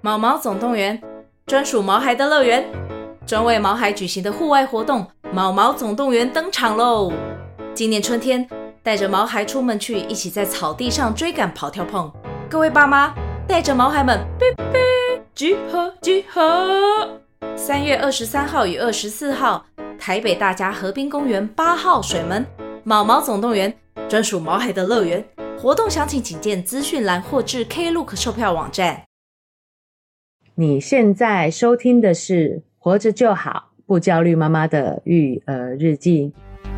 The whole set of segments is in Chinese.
毛毛总动员，专属毛孩的乐园，专为毛孩举行的户外活动毛毛总动员登场喽！今年春天，带着毛孩出门去，一起在草地上追赶跑跳碰。各位爸妈，带着毛孩们，集合集合！3月23号与24号，台北大家河滨公园8号水门毛毛总动员，专属毛孩的乐园。活动详情请见资讯栏或至 Klook 售票网站。 你现在收听的是活着就好不焦虑妈妈的育儿日记。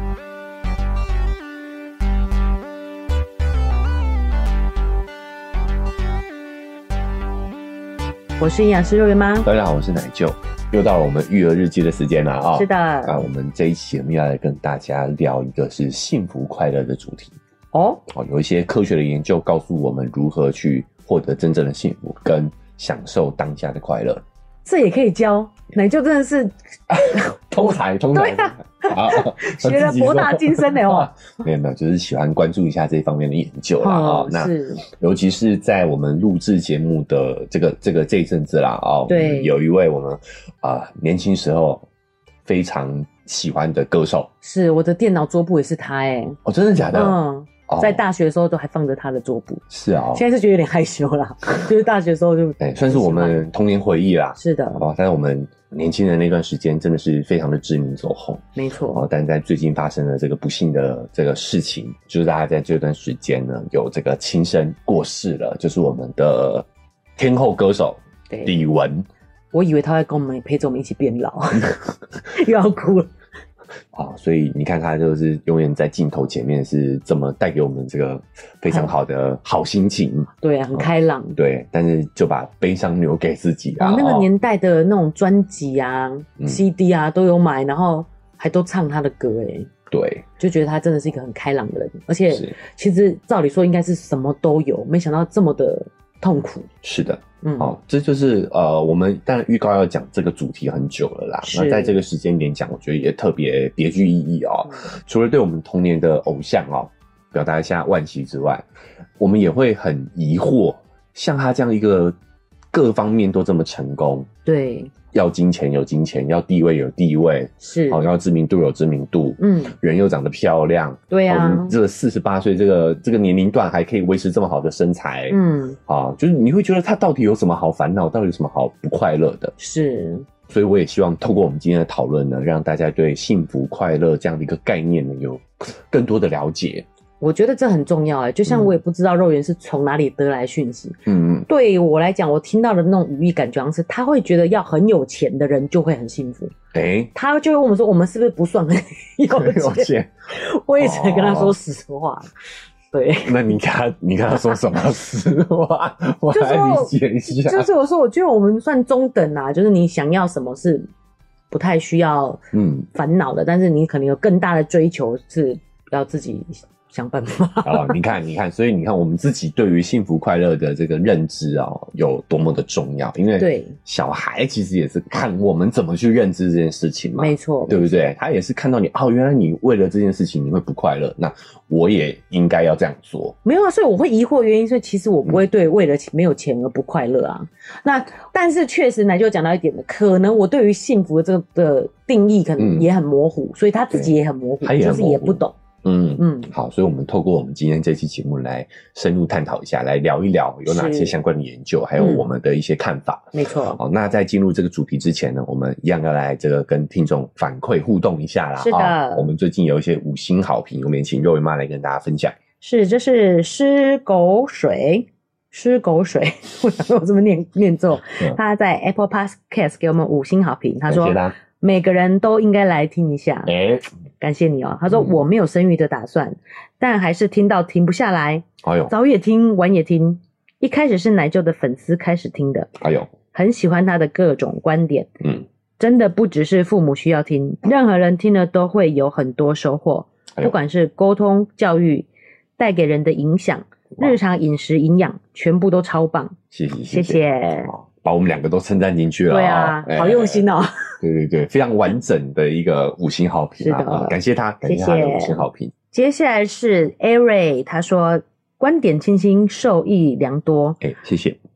我是营养师肉圆妈， 大家好，我是奶舅，又到了我们育儿日记的时间了啊！ 是的， 那我们这一期我们要来跟大家聊一个是幸福快乐的主题哦。有一些科学的研究告诉我们如何去获得真正的幸福跟享受当下的快乐。 这也可以教，奶舅真的是通才对啊，学了博大精深的哦。 没有，就是喜欢关注一下这方面的研究啦啊。那尤其是在我们录制节目的这一阵子啦啊，对，有一位我们年轻时候非常喜欢的歌手， 是我的电脑桌布也是他哦，真的假的？ 在大学的时候都还放着他的桌布。是啊， 现在是觉得有点害羞啦，就是大学的时候就算是我们童年回忆啦。 是的， 但是我们年轻人那段时间真的是非常的知名走红， 没错。 但在最近发生了这个不幸的这个事情，就是大家在这段时间呢有这个亲生过世了，就是我们的天后歌手李玟。 我以为他会跟我们陪着我们一起变老，又要哭了。 所以你看他就是永远在镜头前面是这么带给我们这个非常好的好心情， 对啊，很开朗， 对，但是就把悲伤留给自己啊。 那个年代的那种专辑啊、CD 啊都有买，然后还都唱他的歌对， 就觉得他真的是一个很开朗的人，而且其实照理说应该是什么都有，没想到这么的痛苦。 是的。这就是我们当然预告要讲这个主题很久了啦。那在这个时间点讲，我觉得也特别别具意义哦。除了对我们童年的偶像表达一下惋惜之外，我们也会很疑惑，像他这样一个各方面都这么成功，对，要金钱有金钱，要地位有地位，是要知名度有知名度，人又长得漂亮，对啊，这个48岁这个年龄段还可以维持这么好的身材，就是你会觉得他到底有什么好烦恼，到底有什么好不快乐的？是，所以我也希望透过我们今天的讨论呢，让大家对幸福快乐这样的一个概念呢有更多的了解。我觉得这很重要就像我也不知道肉圆是从哪里得来讯息，对我来讲，我听到的那种语义感觉好像是他会觉得要很有钱的人就会很幸福，他就会问我们说我们是不是不算很有钱？我也只能跟他说实话。对，那你看他说什么实话？我来理解一下。就是我说，我觉得我们算中等啊，就是你想要什么是不太需要烦恼的，但是你可能有更大的追求是要自己想办法。你看，所以你看我们自己对于幸福快乐的这个认知有多么的重要，因为对小孩其实也是看我们怎么去认知这件事情嘛，没错，对不对？他也是看到你原来你为了这件事情你会不快乐，那我也应该要这样做。没有所以我会疑惑原因，所以其实我不会对为了没有钱而不快乐啊。那但是确实奶就讲到一点的，可能我对于幸福的这个定义可能也很模糊，所以他自己也很模糊，就是也不懂。好，所以我们透过我们今天这期节目来深入探讨一下，来聊一聊有哪些相关的研究，还有我们的一些看法。没错。好，那在进入这个主题之前呢，我们一样要来这个跟听众反馈互动一下啦。是的，我们最近有一些5星好评，我们也请肉圆妈来跟大家分享。是，这是湿狗水，我想说我这么念错。他在 Apple Podcast 给我们5星好评，他说每个人都应该来听一下。感谢你他说我没有生育的打算，但还是听到停不下来。早也听晚也听，一开始是奶舅的粉丝开始听的。很喜欢他的各种观点。真的不只是父母需要听，任何人听了都会有很多收获。不管是沟通、教育带给人的影响，日常饮食营养，全部都超棒。谢谢。把我们2个都称赞进去了。对啊，好用心哦。对，非常完整的一个5星好评感谢他，感谢他的5星好评。接下来是 Airy， 他说观点清新，受益良多。谢谢。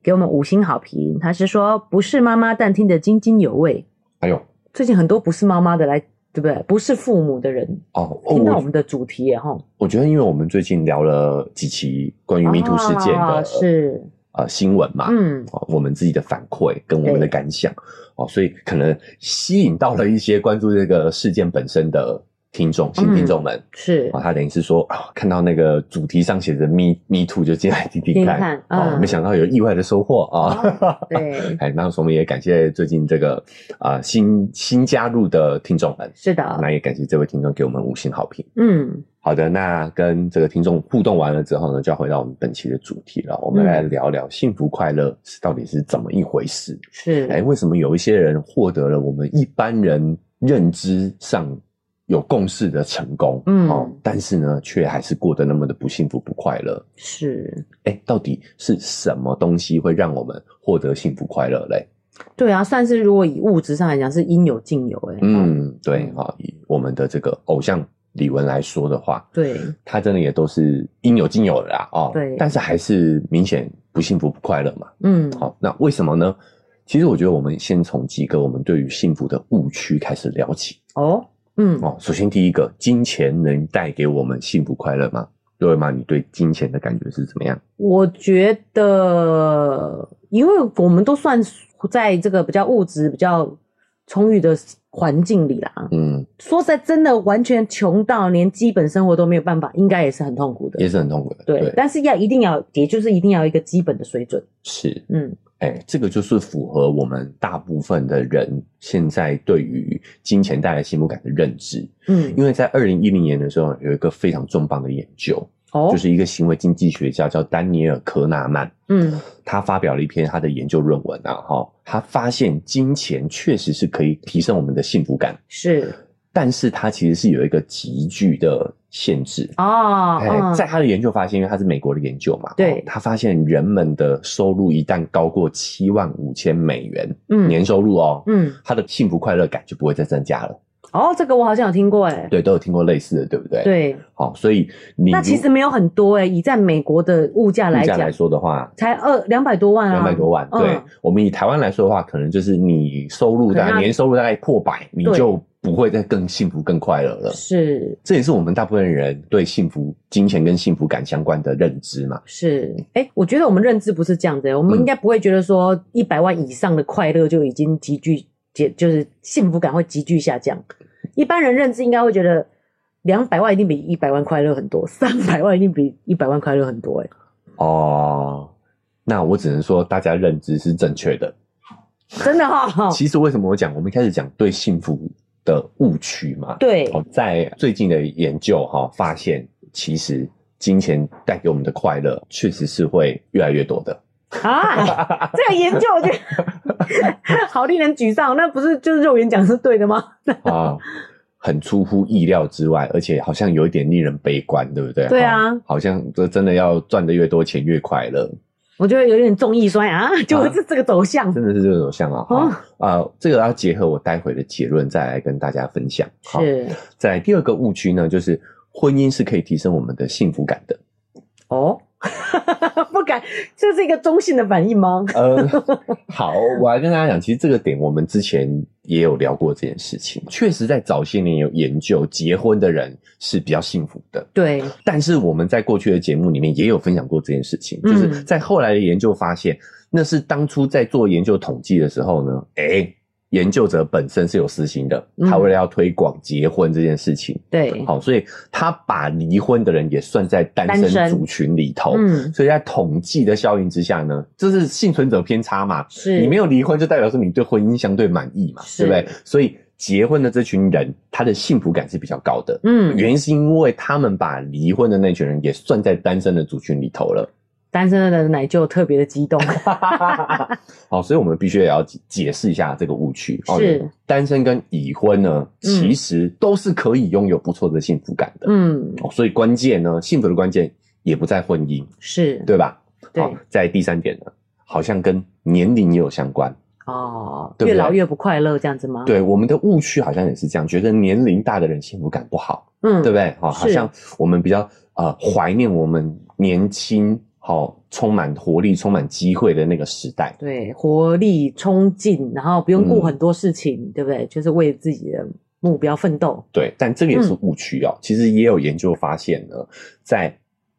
给我们5星好评，他是说不是妈妈但听得津津有味。 哎呦， 最近很多不是妈妈的来，对不对？不是父母的人听到我们的主题耶齁。 我觉得因为我们最近聊了几期关于 MeToo 事件的是新闻嘛，我们自己的反馈跟我们的感想所以可能吸引到了一些关注这个事件本身的新听众们是他等于是说看到那个主题上写着 Me Too 就进来听看没想到有意外的收获对那我们也感谢最近这个新加入的听众们， 是的， 那也感谢这位听众给我们5星好评。好的，那跟这个听众互动完了之后呢，就要回到我们本期的主题了。我们来聊聊幸福快乐到底是怎么一回事？ 是为什么有一些人获得了我们一般人认知上有共识的成功，但是呢，却还是过得那么的不幸福不快乐？ 是， 到底是什么东西会让我们获得幸福快乐嘞？ 对啊，算是如果以物质上来讲是应有尽有对以我们的这个偶像李玟来说的话， 对， 他真的也都是应有尽有的啦对， 但是还是明显不幸福不快乐嘛。好，那为什么呢？其实我觉得我们先从几个我们对于幸福的误区开始聊起。首先第一个，金钱能带给我们幸福快乐吗？各位妈，你对金钱的感觉是怎么样？我觉得，因为我们都算在这个比较物质比较充裕的环境里啦，说实在真的完全穷到连基本生活都没有办法，应该也是很痛苦的， 也是很痛苦的。 对，但是一定要有一个基本的水准。 是，这个就是符合我们大部分的人现在对于金钱带来幸福感的认知。因为在2010年的时候有一个非常重磅的研究，就是一个行为经济学家叫丹尼尔·科纳曼，他发表了一篇他的研究论文他发现金钱确实是可以提升我们的幸福感， 是， 但是他其实是有一个急剧的限制在他的研究发现，因为他是美国的研究嘛， 对， 他发现人们的收入一旦高过75000美元年收入他的幸福快乐感就不会再增加了。 这个我好像有听过对，都有听过类似的，对不对？ 对， 好，所以那其实没有很多以在美国的物价来说的话， 才200多万 200多万。对，我们以台湾来说的话，可能就是你收入年收入大概破百，你就不会再更幸福更快乐了。是，这也是我们大部分人对金钱跟幸福感相关的认知嘛。是， 我觉得我们认知不是这样子我们应该不会觉得说100万以上的快乐就已经就是幸福感会急剧下降。一般人认知应该会觉得200万一定比100万快乐很多，300万一定比100万快乐很多那我只能说大家认知是正确的， 真的其实为什么我们一开始讲对幸福的误区嘛？对，在最近的研究发现，其实金钱带给我们的快乐确实是会越来越多的。 这个研究我觉得好令人沮丧，那不是就是肉圆讲是对的吗？ 很出乎意料之外，而且好像有一点令人悲观，对不对？ 对啊， 好像这真的要赚得越多钱越快乐。 我觉得有点重易衰就是这个走向， 真的是这个走向这个要结合我待会的结论再来跟大家分享。是，在第二个误区呢，就是婚姻是可以提升我们的幸福感的。 不敢，这是一个中性的反应吗？ 好，我来跟大家讲，其实这个点我们之前也有聊过这件事情。确实在早些年有研究，结婚的人是比较幸福的。对，但是我们在过去的节目里面也有分享过这件事情，就是在后来的研究发现，那是当初在做研究统计的时候呢，研究者本身是有私心的，他为了要推广结婚这件事情，对，好，所以他把离婚的人也算在单身族群里头，所以在统计的效应之下呢，这是幸存者偏差嘛，是你没有离婚就代表说你对婚姻相对满意嘛，对不对？所以结婚的这群人，他的幸福感是比较高的，原因是因为他们把离婚的那群人也算在单身的族群里头了。 单身的人奶就特别的激动好，所以我们必须也要解释一下这个误区。是，单身跟已婚呢，其实都是可以拥有不错的幸福感的。所以关键呢，幸福的关键也不在婚姻，是，对吧？对。在第三点呢，好像跟年龄也有相关。对不对？ 越老越不快乐这样子吗？ 对，我们的误区好像也是这样，觉得年龄大的人幸福感不好，对不对？好像我们比较怀念我们年轻好充满活力、充满机会的那个时代。 对，活力、冲劲，然后不用顾很多事情，对不对？就是为自己的目标奋斗。 对，但这个也是误区哦。其实也有研究发现呢，在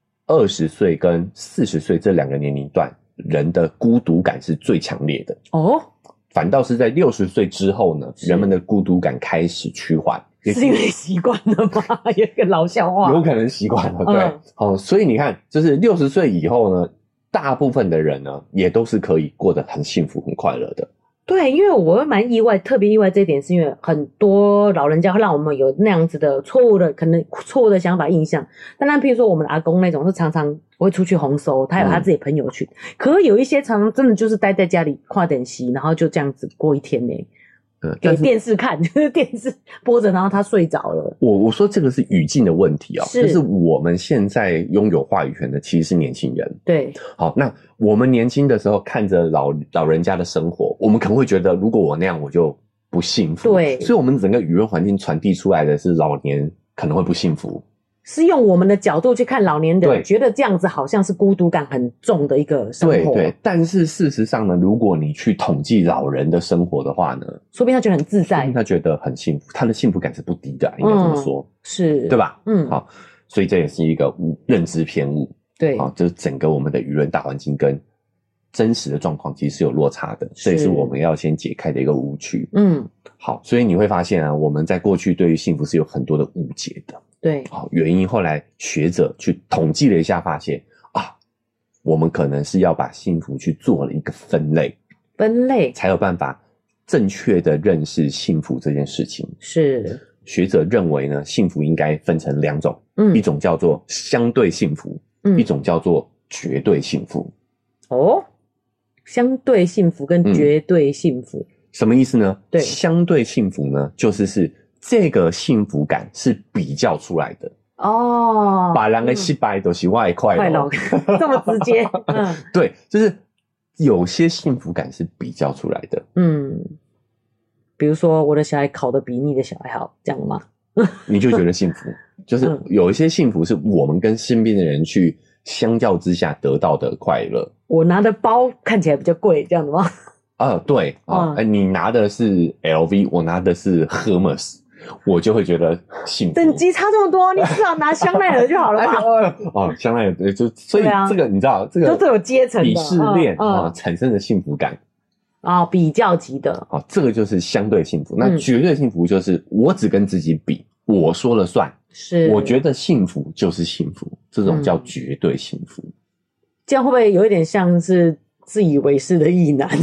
20岁跟40岁这2个年龄段，人的孤独感是最强烈的。 哦， 反倒是在60岁之后呢，人们的孤独感开始趋缓。 是因为习惯了吗？有一个老笑话， 有可能习惯了，对。好，所以你看，就是60岁以后呢，大部分的人呢，也都是可以过得很幸福、很快乐的。 对，因为我会蛮意外，特别意外这一点，是因为很多老人家会让我们有那样子的可能错误的想法印象。当然，譬如说我们的阿公那种，是常常会出去红收，他有他自己的朋友群。可是有一些常常真的就是待在家里看电视，然后就这样子过一天呢。给电视看，就是电视播着，然后他睡着了。我说这个是语境的问题哦，就是我们现在拥有话语权的其实是年轻人。 对， 好，那我们年轻的时候看着老人家的生活，我们可能会觉得，如果我那样，我就不幸福。 对， 所以我们整个舆论环境传递出来的是老年可能会不幸福。 是用我们的角度去看老年人，觉得这样子好像是孤独感很重的一个生活。 对，但是事实上呢，如果你去统计老人的生活的话呢， 说不定他觉得很自在， 说不定他觉得很幸福，他的幸福感是不低的，应该这么说， 是， 对吧？好，所以这也是一个认知偏误。 对， 好，就是整个我们的舆论大环境跟真实的状况其实是有落差的，这也是我们要先解开的一个误区。好，所以你会发现啊，我们在过去对于幸福是有很多的误解的。 对， 好，原因后来学者去统计了一下，发现啊，我们可能是要把幸福去做了一个分类，才有办法正确的认识幸福这件事情。 是， 学者认为呢，幸福应该分成2种，一种叫做相对幸福，一种叫做绝对幸福。 哦，相对幸福跟绝对幸福， 什么意思呢？ 对， 相对幸福呢，就是这个幸福感是比较出来的哦，把人的失败都是我的快乐， 这么直接。 对，就是有些幸福感是比较出来的。 比如说我的小孩考得比你的小孩好，这样吗？ 你就觉得幸福，就是有一些幸福是我们跟身边的人去相较之下得到的快乐。 我拿的包看起来比较贵，这样子吗？ 对你拿的是 LV， 我拿的是 Hermes， 我就会觉得幸福。 等级差这么多，你至少拿香奈儿就好了吧？ 香奈儿就所以这个你知道，这个都有阶层的鄙视链产生的幸福感比较级的这个就是相对幸福。那绝对幸福就是我只跟自己比，我说了算， 是我觉得幸福就是幸福，这种叫绝对幸福。 这样会不会有一点像是自以为是的异男？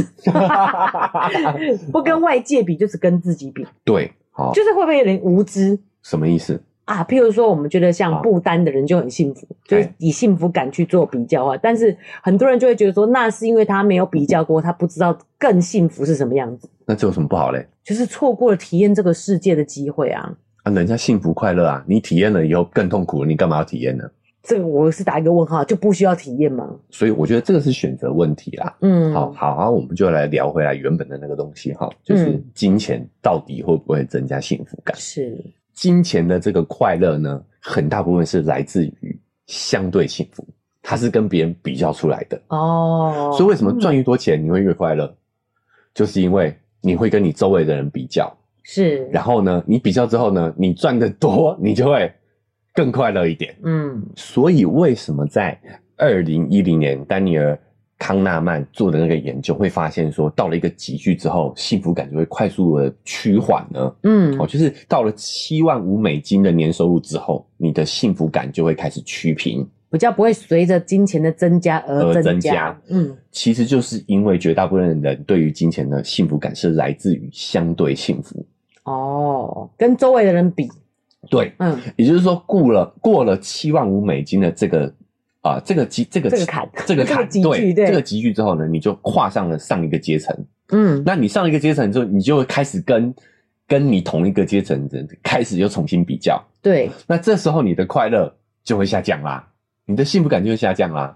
不跟外界比，就只跟自己比。 对，好， 就是会不会有点无知？ 什么意思啊？譬如说，我们觉得像不丹的人就很幸福，就是以幸福感去做比较啊。但是很多人就会觉得说，那是因为他没有比较过，他不知道更幸福是什么样子。 那这有什么不好嘞？ 就是错过了体验这个世界的机会啊！ 人家幸福快乐啊，你体验了以后更痛苦了，你干嘛要体验呢？ 这个我是打一个问号，就不需要体验吗？ 所以我觉得这个是选择问题啦。好，我们就来聊回来原本的那个东西哈，就是金钱到底会不会增加幸福感？ 是金钱的这个快乐呢，很大部分是来自于相对幸福，它是跟别人比较出来的哦。所以为什么赚越多钱你会越快乐？就是因为你会跟你周围的人比较， 是， 然后呢，你比较之后呢，你赚得多，你就会更快乐一点。所以为什么在2010年丹尼尔康纳曼做的那个研究会发现说，到了一个集聚之后，幸福感就会快速的趋缓呢？就是到了$75,000的年收入之后，你的幸福感就会开始趋平， 比较不会随着金钱的增加而增加。 其实就是因为绝大部分的人对于金钱的幸福感是来自于相对幸福。 跟周围的人比。 对，也就是说过了$75,000的这个坎，对，这个集聚之后呢，你就跨上了上一个阶层。那你上一个阶层之后，你就会开始跟你同一个阶层的人开始又重新比较。 对， 那这时候你的快乐就会下降啦，你的幸福感就会下降啦。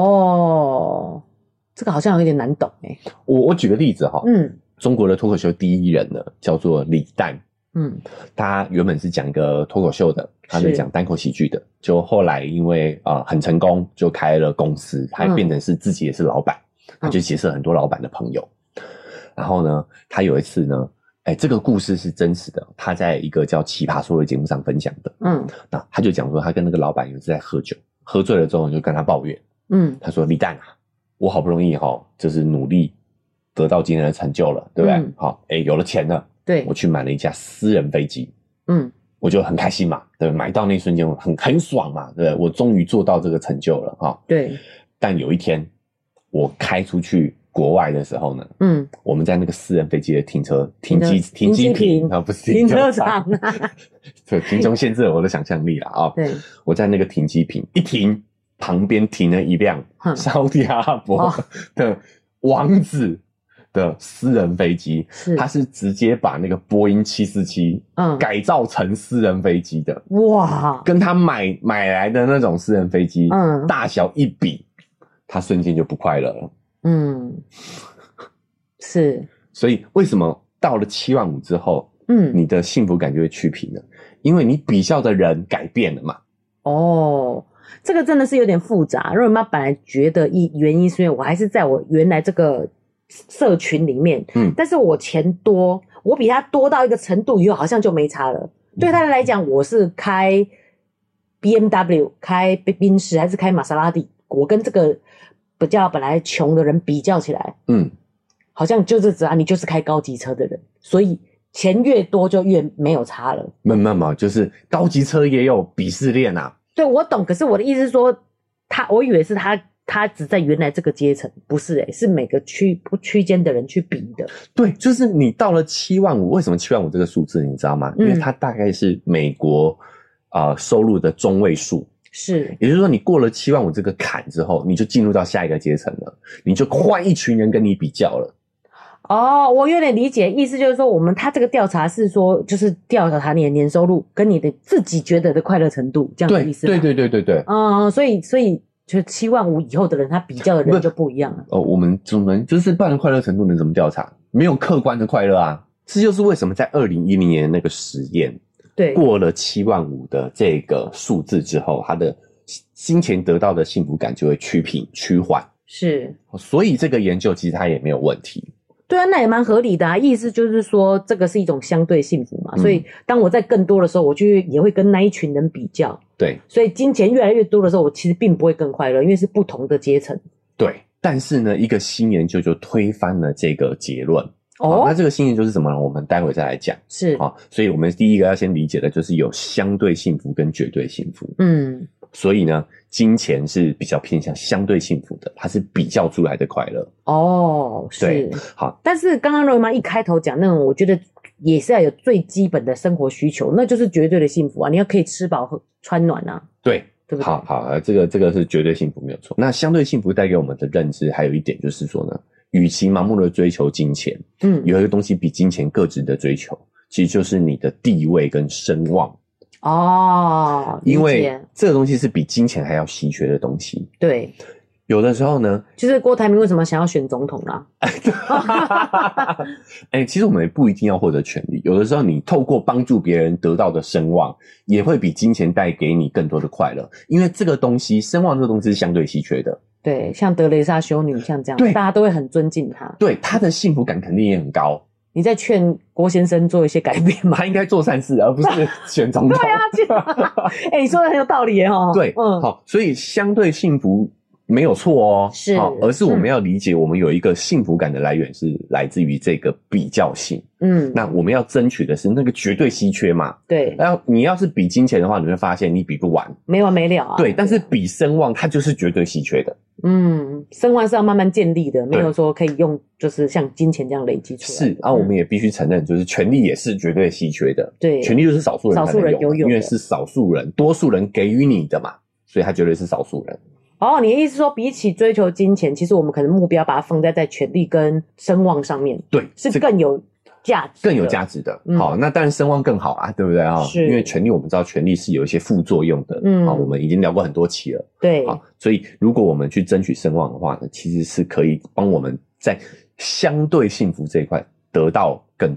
这个好像有点难懂欸。 我举个例子哈，中国的脱口秀第一人呢叫做李诞。 他原本是讲一个脱口秀的，他是讲单口喜剧的，就后来因为很成功，就开了公司，还变成是自己也是老板，他就结识很多老板的朋友。然后呢，他有一次呢，这个故事是真实的，他在一个叫奇葩说的节目上分享的。那他就讲说，他跟那个老板有一次在喝酒，喝醉了之后就跟他抱怨，他说李诞啊，我好不容易就是努力得到今天的成就了，对不对？好，有了钱了， 对， 我去买了一架私人飞机，我就很开心嘛，对，买到那一瞬间我很爽嘛，对不对？我终于做到这个成就了， 对。 但有一天我开出去国外的时候呢，我们在那个私人飞机的停机坪不是停车场，对，贫穷限制了我的想象力啦对，我在那个停机坪一停，旁边停了一辆沙特阿拉伯的王子的私人飞机，他是直接把那个波音747改造成私人飞机的，哇，跟他买来的那种私人飞机大小一比，他瞬间就不快乐了。 是， 所以为什么到了7万5之后，你的幸福感就会趋平了？因为你比较的人改变了嘛。 这个真的是有点复杂。若妈本来觉得原因是因为我还是在我原来这个社群里面，但是我钱多，我比他多到一个程度以后，好像就没差了。对他来讲，我是开 BMW、开宾士还是开玛莎拉蒂，我跟这个比较本来穷的人比较起来，好像就是你就是开高级车的人，所以钱越多就越没有差了。 没，就是高级车也有鄙视链啊。 对，我懂，可是我的意思是说，我以为是他只在原来这个阶层，不是是每个区间的人去比的。 对，就是你到了7万5，为什么7万5这个数字你知道吗？因为它大概是美国收入的中位数。 是， 也就是说你过了7万5这个坎之后，你就进入到下一个阶层了，你就换一群人跟你比较了。 我有点理解，意思就是说他这个调查是说，就是调查你的年收入跟你的自己觉得的快乐程度，这样的意思吗？ 对。 所以就7万5以后的人，他比较的人就不一样了。 我们就是办的快乐程度能怎么调查？没有客观的快乐啊。这就是为什么在2010年那个实验，对，过了7万5的这个数字之后，他的金钱得到的幸福感就会趋平趋缓。 是， 所以这个研究其实它也没有问题。 对啊，那也蛮合理的啊。意思就是说，这个是一种相对幸福嘛。所以当我在更多的时候，我就也会跟那一群人比较。 对， 所以金钱越来越多的时候，我其实并不会更快乐，因为是不同的阶层。 对，但是呢，一个新研究就推翻了这个结论。那这个新研究是什么呢？我们待会再来讲。 是所以我们第一个要先理解的就是有相对幸福跟绝对幸福。所以呢，金钱是比较偏向相对幸福的，它是比较出来的快乐。 是。 好， 但是刚刚肉妈一开头讲那种，我觉得也是要有最基本的生活需求，那就是绝对的幸福啊！你要可以吃饱穿暖啊。 对不对？ 好，这个是绝对幸福没有错。那相对幸福带给我们的认知，还有一点就是说呢，与其盲目的追求金钱，有一个东西比金钱更值得追求，其实就是你的地位跟声望。因为这个东西是比金钱还要稀缺的东西。对，有的时候呢， 就是郭台铭为什么想要选总统啦？ 其实我们也不一定要获得权利，有的时候你透过帮助别人得到的声望，也会比金钱带给你更多的快乐。因为这个东西，声望这个东西是相对稀缺的。 对，像德蕾莎修女像这样，大家都会很尊敬她。 对，她的幸福感肯定也很高。 你在劝郭先生做一些改变吗？ 他应该做善事，而不是选总统。 对啊，你说的很有道理耶对，好，所以相对幸福没有错哦， 是， 而是我们要理解，我们有一个幸福感的来源是来自于这个比较性。那我们要争取的是那个绝对稀缺嘛？对，你要是比金钱的话，你会发现你比不完， 没完没了啊。 对，但是比声望，它就是绝对稀缺的。 声望是要慢慢建立的，没有说可以用就是像金钱这样累积出来。 是我们也必须承认，就是权力也是绝对稀缺的。对，权力就是少数人才能有，因为是少数人，多数人给予你的嘛，所以它绝对是少数人。 你的意思说，比起追求金钱，其实我们可能目标把它放在权力跟声望上面， 对， 是更有价值的。好，那当然声望更好啊，对不对啊？因为权力我们知道权力是有一些副作用的。我们已经聊过很多期了。 对， 所以如果我们去争取声望的话呢，其实是可以帮我们在相对幸福这一块得到更多的。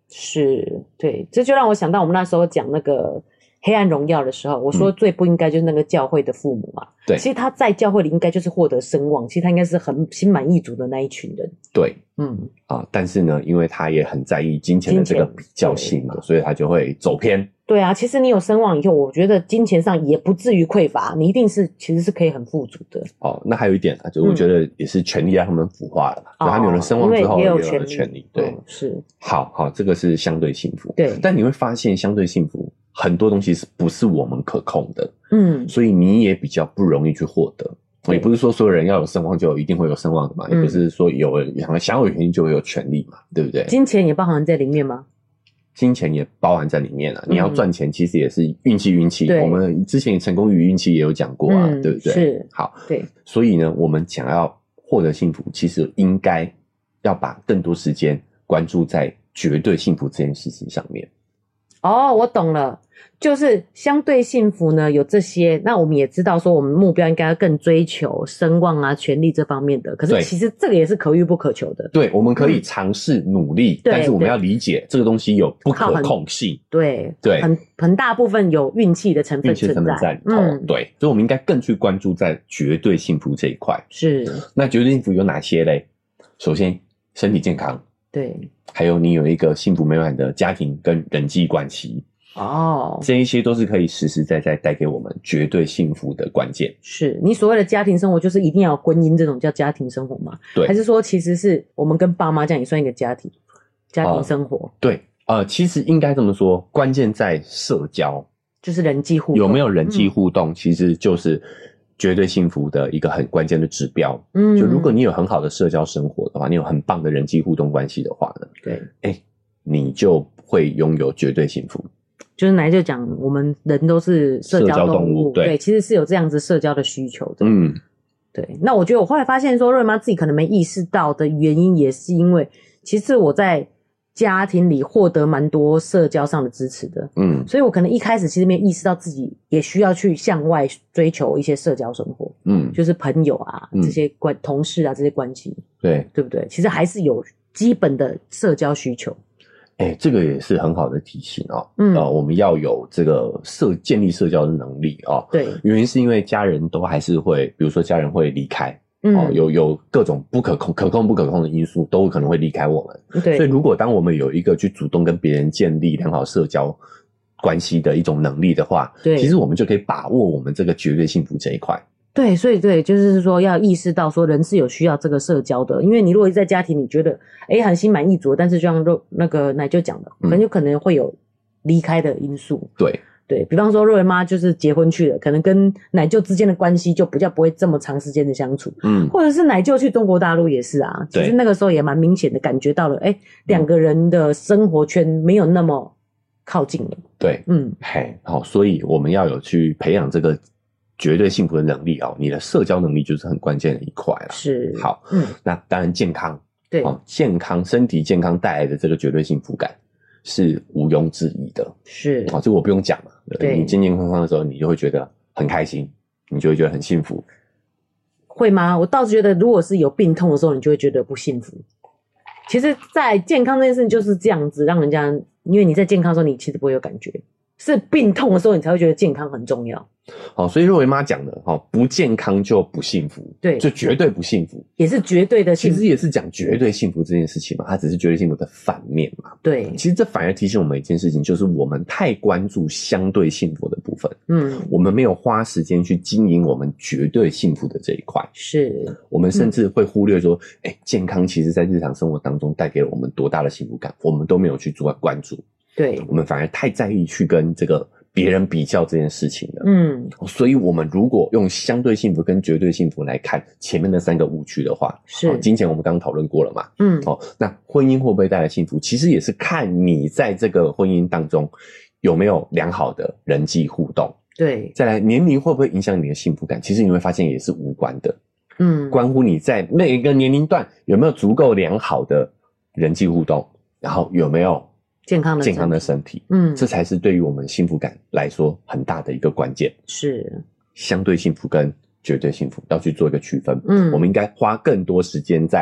是，对，这就让我想到我们那时候讲那个黑暗荣耀的时候，我说最不应该就是那个教会的父母嘛。 对， 其实他在教会里应该就是获得声望，其实他应该是很心满意足的那一群人。 对，但是呢，因为他也很在意金钱的这个比较性嘛，所以他就会走偏。 对啊，其实你有声望以后，我觉得金钱上也不至于匮乏，你一定是其实是可以很富足的。 那还有一点啊，就我觉得也是权力让他们腐化了嘛，就他们有了声望之后也有了权力。对， 是。 好，这个是相对幸福。 对， 但你会发现相对幸福很多东西不是我们可控的，所以你也比较不容易去获得。也不是说所有人要有声望就一定会有声望的嘛，也不是说想有权利就会有权利嘛，对不对？ 金钱也包含在里面吗？ 金钱也包含在里面啊，你要赚钱其实也是运气。我们之前成功与运气也有讲过啊，对不对？ 是。 好， 对。 所以呢，我们想要获得幸福，其实应该要把更多时间关注在绝对幸福这件事情上面。 我懂了，就是相对幸福呢有这些，那我们也知道说我们目标应该要更追求声望啊、权力这方面的，可是其实这个也是可遇不可求的。对， 我们可以尝试努力，但是我们要理解这个东西有不可控性。对， 很大部分有运气的成分存在里头。对，所以我们应该更去关注在绝对幸福这一块。 是， 那绝对幸福有哪些嘞？首先，身体健康。 对， 还有你有一个幸福美满的家庭跟人际关系这一些都是可以实实在在带给我们绝对幸福的关键。 是你所谓的家庭生活，就是一定要有婚姻这种叫家庭生活吗？ 对， 还是说其实是我们跟爸妈这样也算一个家庭生活？ 对，其实应该这么说，关键在社交， 就是人际互动， 有没有人际互动，其实就是绝对幸福的一个很关键的指标。就如果你有很好的社交生活的话，你有很棒的人际互动关系的话呢，对，你就会拥有绝对幸福。 就是奶就讲我们人都是社交动物，对，其实是有这样子社交的需求的。对。那我觉得我后来发现说，瑞妈自己可能没意识到的原因，也是因为其实我在家庭里获得蛮多社交上的支持的，所以我可能一开始其实没有意识到自己也需要去向外追求一些社交生活，就是朋友啊，这些同事啊这些关系，对不对？其实还是有基本的社交需求。 这个也是很好的提醒我们要有这个建立社交的能力对，原因是因为家人都还是会，比如说家人会离开。有各种可控不可控的因素都可能会离开我们。对，所以如果当我们有一个去主动跟别人建立良好社交关系的一种能力的话，对，其实我们就可以把握我们这个绝对幸福这一块。 对，所以对，就是说要意识到说人是有需要这个社交的，因为你如果在家庭你觉得很心满意足，但是就像那个奶就讲的，很有可能会有离开的因素。对，比方说瑞妈就是结婚去了，可能跟奶舅之间的关系就比较不会这么长时间的相处，或者是奶舅去中国大陆也是啊，其实那个时候也蛮明显的感觉到了，两个人的生活圈没有那么靠近了。 对，好，所以我们要有去培养这个绝对幸福的能力你的社交能力就是很关键的一块啦。是，好，那当然健康，对，健康，身体健康带来的这个绝对幸福感是毋庸置疑的。是，这个我不用讲嘛，对，你健健康康的时候，你就会觉得很开心，你就会觉得很幸福。 会吗？我倒是觉得，如果是有病痛的时候，你就会觉得不幸福。其实，在健康这件事情就是这样子，让人家，因为你在健康的时候，你其实不会有感觉，是病痛的时候，你才会觉得健康很重要。 所以若维妈讲的不健康就不幸福，对，就绝对不幸福， 也是绝对的幸福。 其实也是讲绝对幸福这件事情嘛，它只是绝对幸福的反面嘛。对，其实这反而提醒我们一件事情，就是我们太关注相对幸福的部分，我们没有花时间去经营我们绝对幸福的这一块。是，我们甚至会忽略说，健康其实在日常生活当中带给了我们多大的幸福感，我们都没有去做关注。对，我们反而太在意去跟这个别人比较这件事情了。所以我们如果用相对幸福跟绝对幸福来看前面的3个误区的话，是金钱我们刚刚讨论过了嘛。那婚姻会不会带来幸福，其实也是看你在这个婚姻当中有没有良好的人际互动。对，再来年龄会不会影响你的幸福感，其实你会发现也是无关的。关乎你在每一个年龄段有没有足够良好的人际互动，然后有没有健康的身体，这才是对于我们幸福感来说很大的一个关键。是相对幸福跟绝对幸福要去做一个区分。我们应该花更多时间在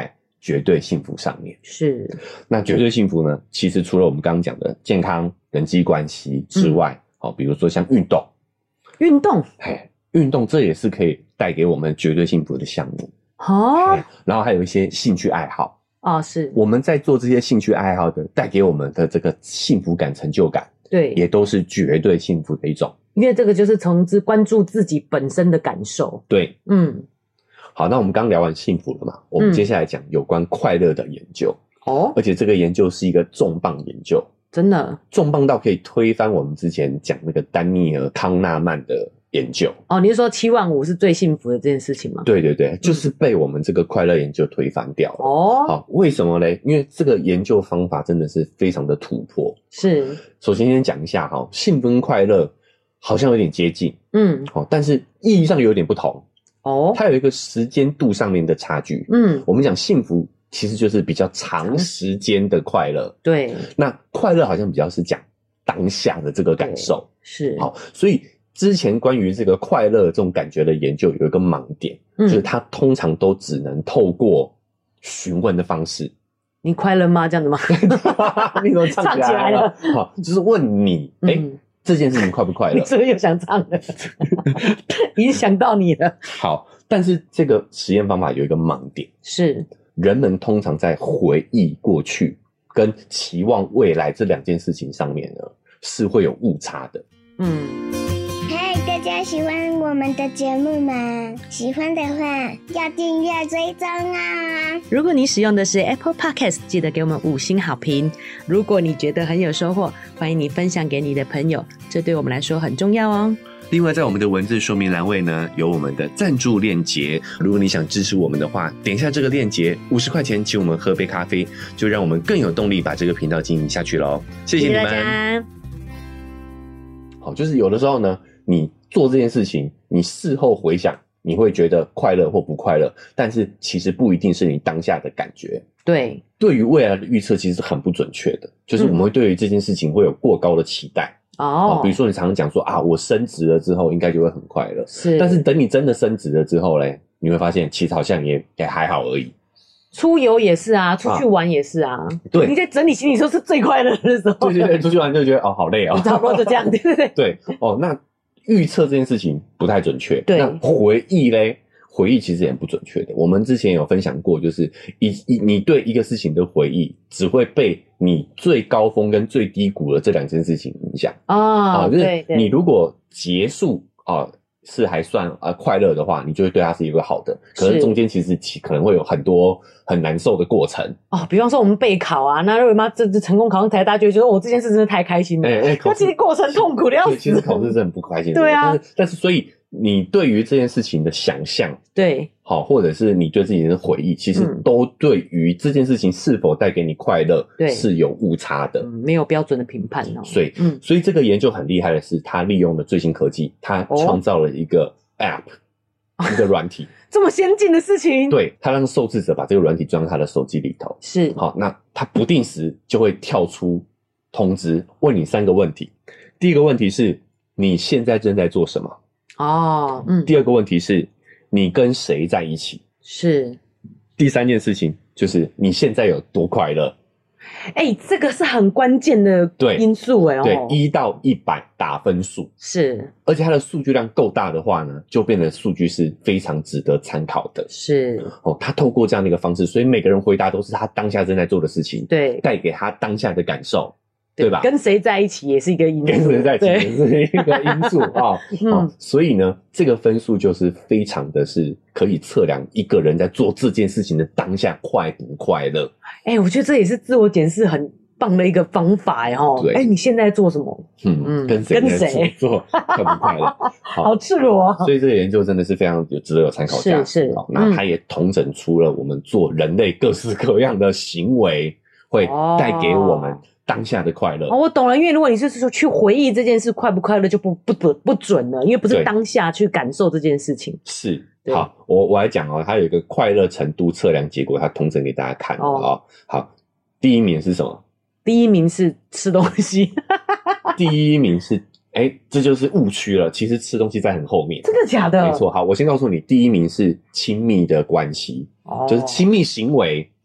绝对幸福上面。 是。 那绝对幸福呢，其实除了我们刚刚讲的健康、人际关系之外，比如说像运动，运动这也是可以带给我们绝对幸福的项目。然后还有一些兴趣爱好。 是我们在做这些兴趣爱好的，带给我们的这个幸福感、成就感， 对， 也都是绝对幸福的一种。 因为这个就是从之关注自己本身的感受。 对，好，那我们刚聊完幸福了嘛，我们接下来讲有关快乐的研究。而且这个研究是一个重磅研究， 真的重磅到可以推翻我们之前讲那个丹尼尔·康纳曼的研究。 你是说7万5是最幸福的这件事情吗？ 对对对，就是被我们这个快乐研究推翻掉了。好，为什么呢？因为这个研究方法真的是非常的突破。 是， 首先讲一下幸福跟快乐好像有点接近，但是意义上有点不同。它有一个时间度上面的差距。我们讲幸福其实就是比较长时间的快乐， 对。 那快乐好像比较是讲当下的这个感受， 是。 好，所以之前关于这个快乐这种感觉的研究有一个盲点，就是它通常都只能透过询问的方式。 你快乐吗？这样子吗？ 你怎么唱起来了？好，就是问你，这件事情快不快乐？ 你这个又想唱了，已经想到你了。 好，但是这个实验方法有一个盲点， 是人们通常在回忆过去跟期望未来这两件事情上面呢，是会有误差的。 嗨，大家喜欢我们的节目吗？喜欢的话要订阅追踪啊！ 如果你使用的是 Apple Podcast， 记得给我们5星好评。如果你觉得很有收获，欢迎你分享给你的朋友，这对我们来说很重要哦。 另外，在我们的文字说明栏位呢，有我们的赞助链接。如果你想支持我们的话，点一下这个链接，50块钱请我们喝杯咖啡，就让我们更有动力把这个频道经营下去咯。谢谢你们， 谢谢大家。 好，就是有的时候呢，你做这件事情，你事后回想，你会觉得快乐或不快乐，但是其实不一定是你当下的感觉。 对， 对于未来的预测其实是很不准确的，就是我们会对于这件事情会有过高的期待。比如说你常常讲说我升职了之后应该就会很快乐， 是， 但是等你真的升职了之后嘞，你会发现其实好像也还好而已。 出游也是啊，出去玩也是啊。对，你在整理行李时候是最快乐的时候。对对对， 出去玩就觉得好累哦， 差不多就这样，对对对。 对那预测这件事情不太准确。 对， 那回忆嘞，回忆其实也不准确的。我们之前有分享过，就是你对一个事情的回忆，只会被你最高峰跟最低谷的这两件事情影响。就是你如果结束是还算快乐的话，你就会对它是一个好的。可是中间其实可能会有很多很难受的过程。比方说我们备考啊，那如果这成功考上台大，就会觉得这件事真的太开心了。那其实过程痛苦的要死。其实考试是很不开心的。 对啊， 但是所以你对于这件事情的想象， 对， 或者是你对自己的回忆，其实都对于这件事情是否带给你快乐是有误差的， 没有标准的评判。 所以这个研究很厉害的是，它利用了最新科技，它创造了一个 App，一个软体， 这么先进的事情。 对，它让受试者把这个软体装在他的手机里头， 是那它不定时就会跳出通知，问你3个问题。第一个问题是你现在正在做什么？第二个问题是你跟谁在一起？是。第3件事情就是你现在有多快乐？ 这个是很关键的因素对，1到100打分数。是。而且它的数据量够大的话呢，就变得数据是非常值得参考的。是。他透过这样的一个方式，所以每个人回答都是他当下正在做的事情，对，带给他当下的感受。对吧？跟谁在一起也是一个因素，跟谁在一起也是一个因素所以呢，这个分数就是非常的是可以测量一个人在做这件事情的当下快不快乐。我觉得这也是自我检视很棒的一个方法对，你现在做什么？跟谁做快不快乐？好赤裸所以这个研究真的是非常值得有参考价值。那它也统整出了我们做人类各式各样的行为会带给我们当下的快乐。我懂了，因为如果你是说去回忆这件事快不快乐就不准了，因为不是当下去感受这件事情。是。好，我来讲它有一个快乐程度测量结果，它统整给大家看。好，第1名是什么？第1名是吃东西。第1名是这就是误区了，其实吃东西在很后面。真的假的？没错。好，我先告诉你，第1名是亲密的关系，就是亲密行为。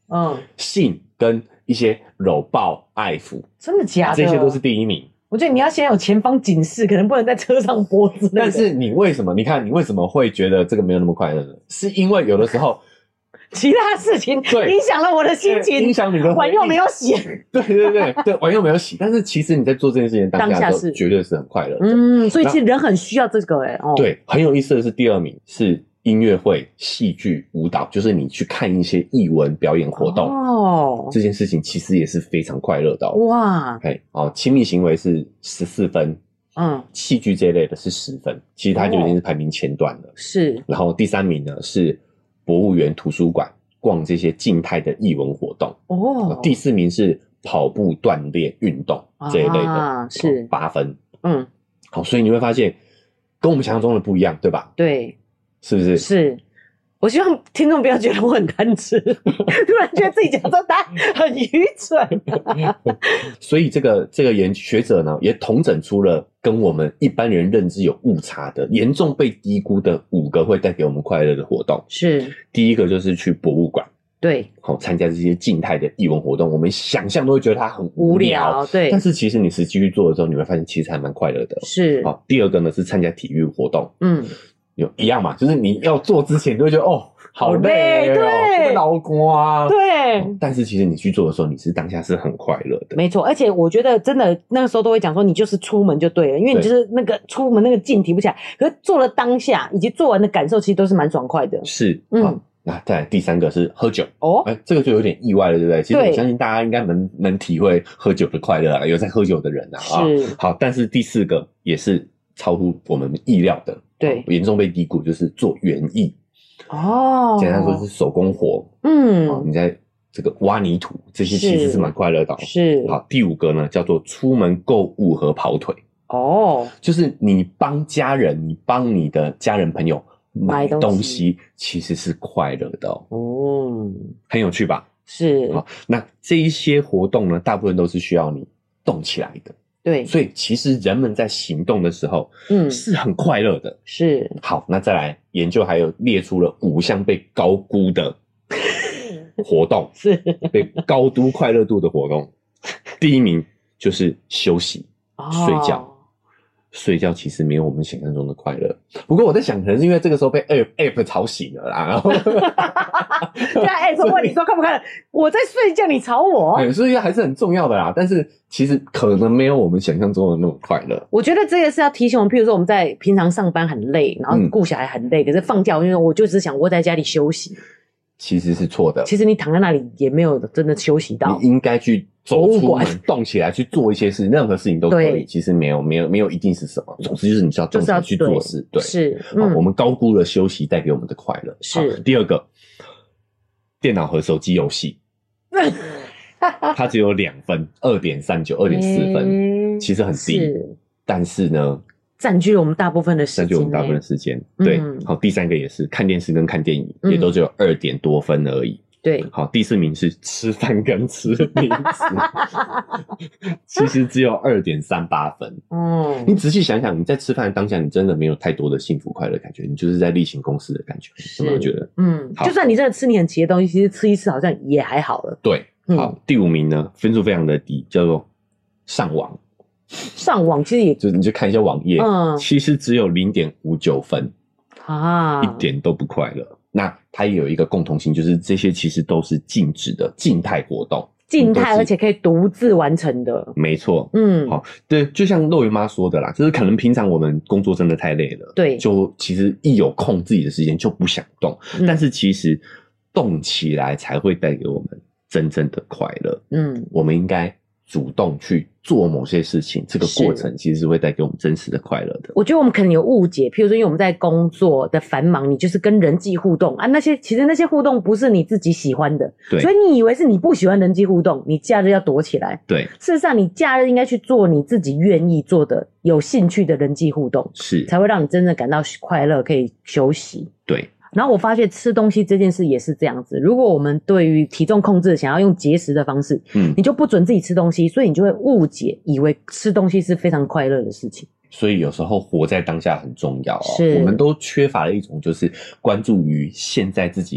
性跟一些搂抱爱抚， 真的假的？ 这些都是第一名。 我觉得你要先有前方警示，可能不能在车上播之类的。 但是你为什么？你看你为什么会觉得这个没有那么快乐呢？是因为有的时候其他事情影响了我的心情， 影响你的碗又没有洗。 对，碗又没有洗。但是其实你在做这件事情当下的时候，绝对是很快乐的。 所以其实人很需要这个对，很有意思的是第二名是音乐会、戏剧、舞蹈，就是你去看一些艺文表演活动这件事情其实也是非常快乐的哇！ 亲密行为是14分，戏剧这一类的是10分，其实它就已经是排名前段了。 是， 然后第3名呢是博物园、图书馆逛这些静态的艺文活动第4名是跑步、锻炼、运动这一类的，是8分。好，所以你会发现跟我们想象中的不一样，对吧？ 对。 是不是？ 是，我希望听众不要觉得我很贪吃，突然觉得自己讲这答案很愚蠢。 所以这个学者呢，也统整出了跟我们一般人认知有误差的、严重被低估的5个会带给我们快乐的活动。 是， 第一个就是去博物馆。 对， 参加这些静态的艺文活动，我们想象都会觉得它很无聊， 对。 但是其实你实际去做的时候，你会发现其实还蛮快乐的。 是。 第二个呢是参加体育活动，有一样嘛，就是你要做之前，你会觉得好累对，脑瓜对。但是其实你去做的时候，你是当下是很快乐的， 没错。而且我觉得真的那个时候都会讲说，你就是出门就对了，因为你就是那个出门那个劲提不起来，可是做了当下以及做完的感受，其实都是蛮爽快的。 是，那再来第3个是喝酒这个就有点意外了，对不对？其实我相信大家应该能体会喝酒的快乐有在喝酒的人是好，但是第4个也是超乎我们意料的。对，严重被低估就是做园艺简单说是手工活，你在这个挖泥土，这些其实是蛮快乐的。是，好，第5个呢叫做出门购物和跑腿就是你帮家人，你帮你的家人朋友买东西，其实是快乐的很有趣吧？是，好，那这一些活动呢，大部分都是需要你动起来的。对，所以其实人们在行动的时候，是很快乐的。是，好，那再来研究还有列出了5项被高估的活动，是被高估快乐度的活动。第1名就是休息、睡觉。睡觉其实没有我们想象中的快乐，不过我在想，可能是因为这个时候被 app 吵醒了啦，然后对啊 app 问你说快不快乐，我在睡觉你吵我， 所以还是很重要的啦，但是其实可能没有我们想象中的那么快乐。 我觉得这个是要提醒我们，譬如说我们在平常上班很累，然后顾小孩很累，可是放假我就只想窝在家里休息，其实是错的。其实你躺在那里也没有真的休息到， 你应该去走出门，动起来去做一些事，任何事情都可以。其实没有一定是什么，总之就是你需要动起来去做事。对，是。我们高估了休息带给我们的快乐。是。第2个，电脑和手机游戏，它只有2分，2.39、2.4分，其实很低。但是呢， 占据了我们大部分的时间。对，好，第3个也是看电视跟看电影，也都只有2点多分而已。对，好，第4名是吃饭跟吃零食，其实只有2.38分。你仔细想想，你在吃饭的当下，你真的没有太多的幸福快乐感觉，你就是在例行公事的感觉，有没有觉得？ 就算你真的吃你很奇的东西，其实吃一次好像也还好了。 对，好，第5名呢，分数非常的低，叫做上网。 上网其实也就你去看一下网页，其实只有0.59分一点都不快乐。那它也有一个共同性，就是这些其实都是静止的静态活动， 静态而且可以独自完成的。 没错，好，对，就像肉圆妈说的啦，就是可能平常我们工作真的太累了，对，就其实一有空自己的时间就不想动，但是其实动起来才会带给我们真正的快乐。我们应该主动去做某些事情，这个过程其实是会带给我们真实的快乐的。 我觉得我们可能有误解，譬如说因为我们在工作的繁忙，你就是跟人际互动啊，其实那些互动不是你自己喜欢的，对，所以你以为是你不喜欢人际互动，你假日要躲起来。对，事实上你假日应该去做你自己愿意做的、有兴趣的人际互动，是才会让你真正感到快乐，可以休息。对。然后我发现吃东西这件事也是这样子，如果我们对于体重控制想要用节食的方式，你就不准自己吃东西，所以你就会误解，以为吃东西是非常快乐的事情。 所以有时候活在当下很重要我们都缺乏了一种就是关注于现在自己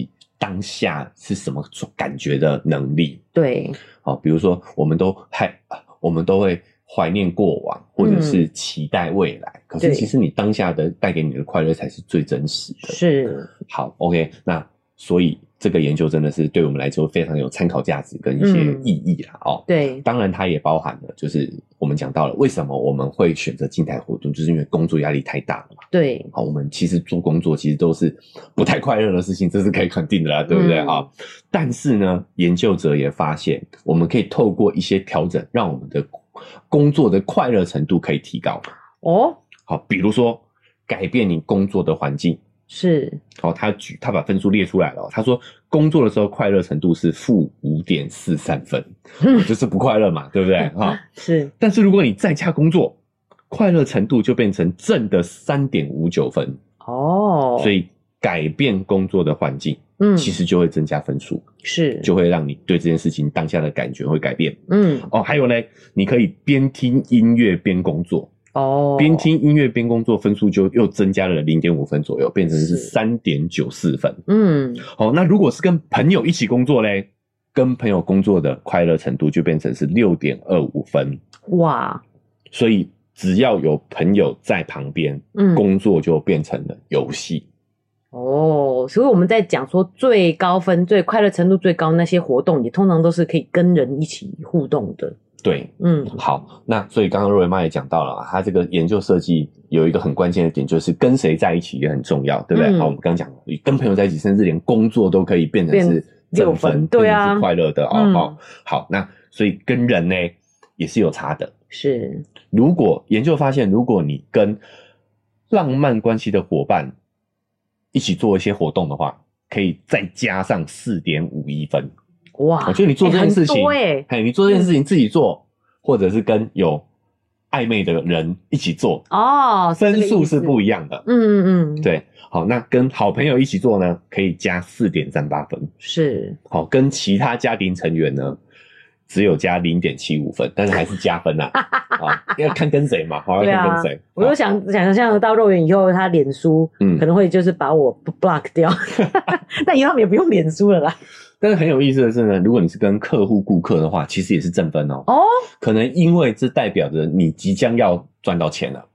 当下是什么感觉的能力。 对， 好，比如说我们都会怀念过往，或者是期待未来，可是其实你当下的带给你的快乐才是最真实的。 是， 好 ，OK， 那所以这个研究真的是对我们来说非常有参考价值跟一些意义啦。 对， 当然它也包含了，就是我们讲到了为什么我们会选择静态活动，就是因为工作压力太大了嘛。 对， 好，我们其实做工作其实都是不太快乐的事情，这是可以肯定的啦，对不对？但是呢，研究者也发现，我们可以透过一些调整，让我们的工作的快乐程度可以提高。好，比如说改变你工作的环境。 是， 他把分数列出来了。他说，工作的时候快乐程度是-5.43分，就是不快乐嘛，对不对？ 是。但是如果你在家工作，快乐程度就变成正的3.59分。所以改变工作的环境，其实就会增加分数，是，就会让你对这件事情当下的感觉会改变。还有呢，你可以边听音乐边工作。边听音乐边工作，分数就又增加了0.5分左右，变成是3.94分。那如果是跟朋友一起工作嘞，跟朋友工作的快乐程度就变成是6.25分。哇！所以只要有朋友在旁边，工作就变成了游戏。 所以我们在讲说最高分、最快乐程度最高那些活动，也通常都是可以跟人一起互动的。 对，好，那所以刚刚若维妈也讲到了，他这个研究设计有一个很关键的点，就是跟谁在一起也很重要，对不对？好，我们刚刚讲跟朋友在一起，甚至连工作都可以变成是正分， 对啊， 变成是快乐的好，那所以跟人呢也是有差的。 是， 如果研究发现，如果你跟浪漫关系的伙伴一起做一些活动的话，可以再加上4.51分。哇！我觉得你做这件事情，你做这件事情自己做，或者是跟有暧昧的人一起做，分数是不一样的。对。好，那跟好朋友一起做呢，可以加4.38分。是。好，跟其他家庭成员呢，只有加0.75分，但是还是加分啦。要看跟谁嘛，要看跟谁。 我就想象到肉圆以后，他脸书可能会就是把我 block 掉，但以后他们也不用脸书了啦。 但是很有意思的是呢，如果你是跟顾客的话，其实也是正分哦。可能因为这代表着你即将要赚到钱了。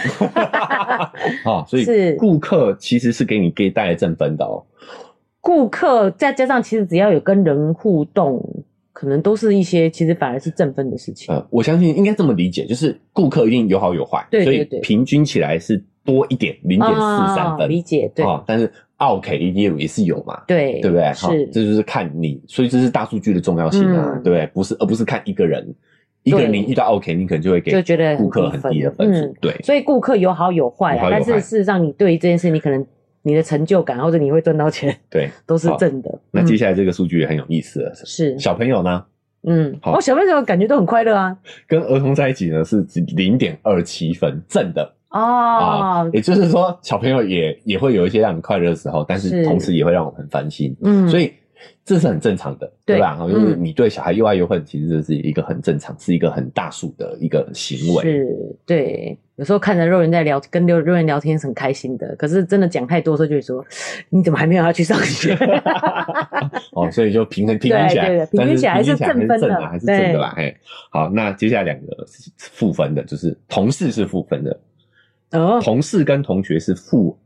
所以顾客其实是给你带来正分的哦。 顾客再加上其实只要有跟人互动，可能都是一些其实反而是正分的事情。 我相信应该这么理解，就是顾客一定有好有坏，所以平均起来是多一点0.43分。 理解，对。 但是OK 也是有嘛， 对不对？ 是， 这就是看你，所以这是大数据的重要性啊，对不对？而不是看一个人你遇到 OK， 你可能就会给顾客很低的分数，对。 所以顾客有好有坏，但是事实上你对于这件事，你可能你的成就感或者你会赚到钱， 对， 都是正的。 那接下来这个数据也很有意思了，是小朋友呢？ 小朋友感觉都很快乐啊。 跟儿童在一起呢是0.27分，正的。也就是说小朋友也会有一些让你快乐的时候，但是同时也会让我很烦心。所以这是很正常的，对吧？就是你对小孩又爱又恨，其实这是一个很正常，是一个很大数的一个行为。 是，对。有时候看着肉圆跟肉圆聊天是很开心的，可是真的讲太多的时候就会说，你怎么还没有要去上学？ 所以就平均起来， 对，平均起来还是正分的， 还是正的啦。好，那接下来2个负分的，就是同事是负分的。同事跟同学是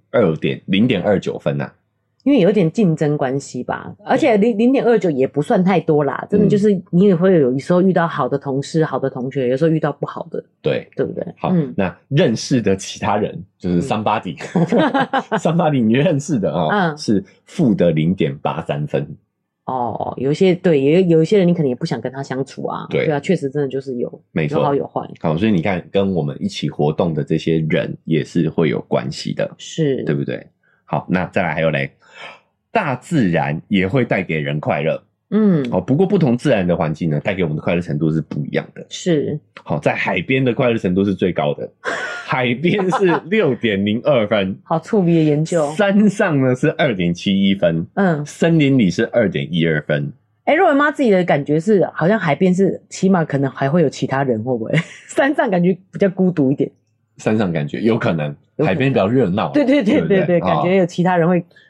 -0.29分啊， 因为有点竞争关系吧，而且0.29也不算太多啦，真的就是你也会有时候遇到好的同事、好的同学，有时候遇到不好的，对不对？ 好，那认识的其他人就是 somebody， somebody 你认识的是-0.83分。 有些有一些人你可能也不想跟他相处啊，对啊，确实真的就是有好有坏。 好，所以你看跟我们一起活动的这些人也是会有关系的， 是， 对不对？好，那再来还有嘞，大自然也会带给人快乐。不过不同自然的环境呢，带给我们的快乐程度是不一样的。 是， 好，在海边的快乐程度是最高的，海边是6.02分， 好触鼻的研究。 山上呢是2.71分，森林里是2.12分。 肉圆妈自己的感觉是，好像海边是起码可能还会有其他人，会不会？山上感觉比较孤独一点。 山上感觉有可能，海边比较热闹。 对，感觉有其他人会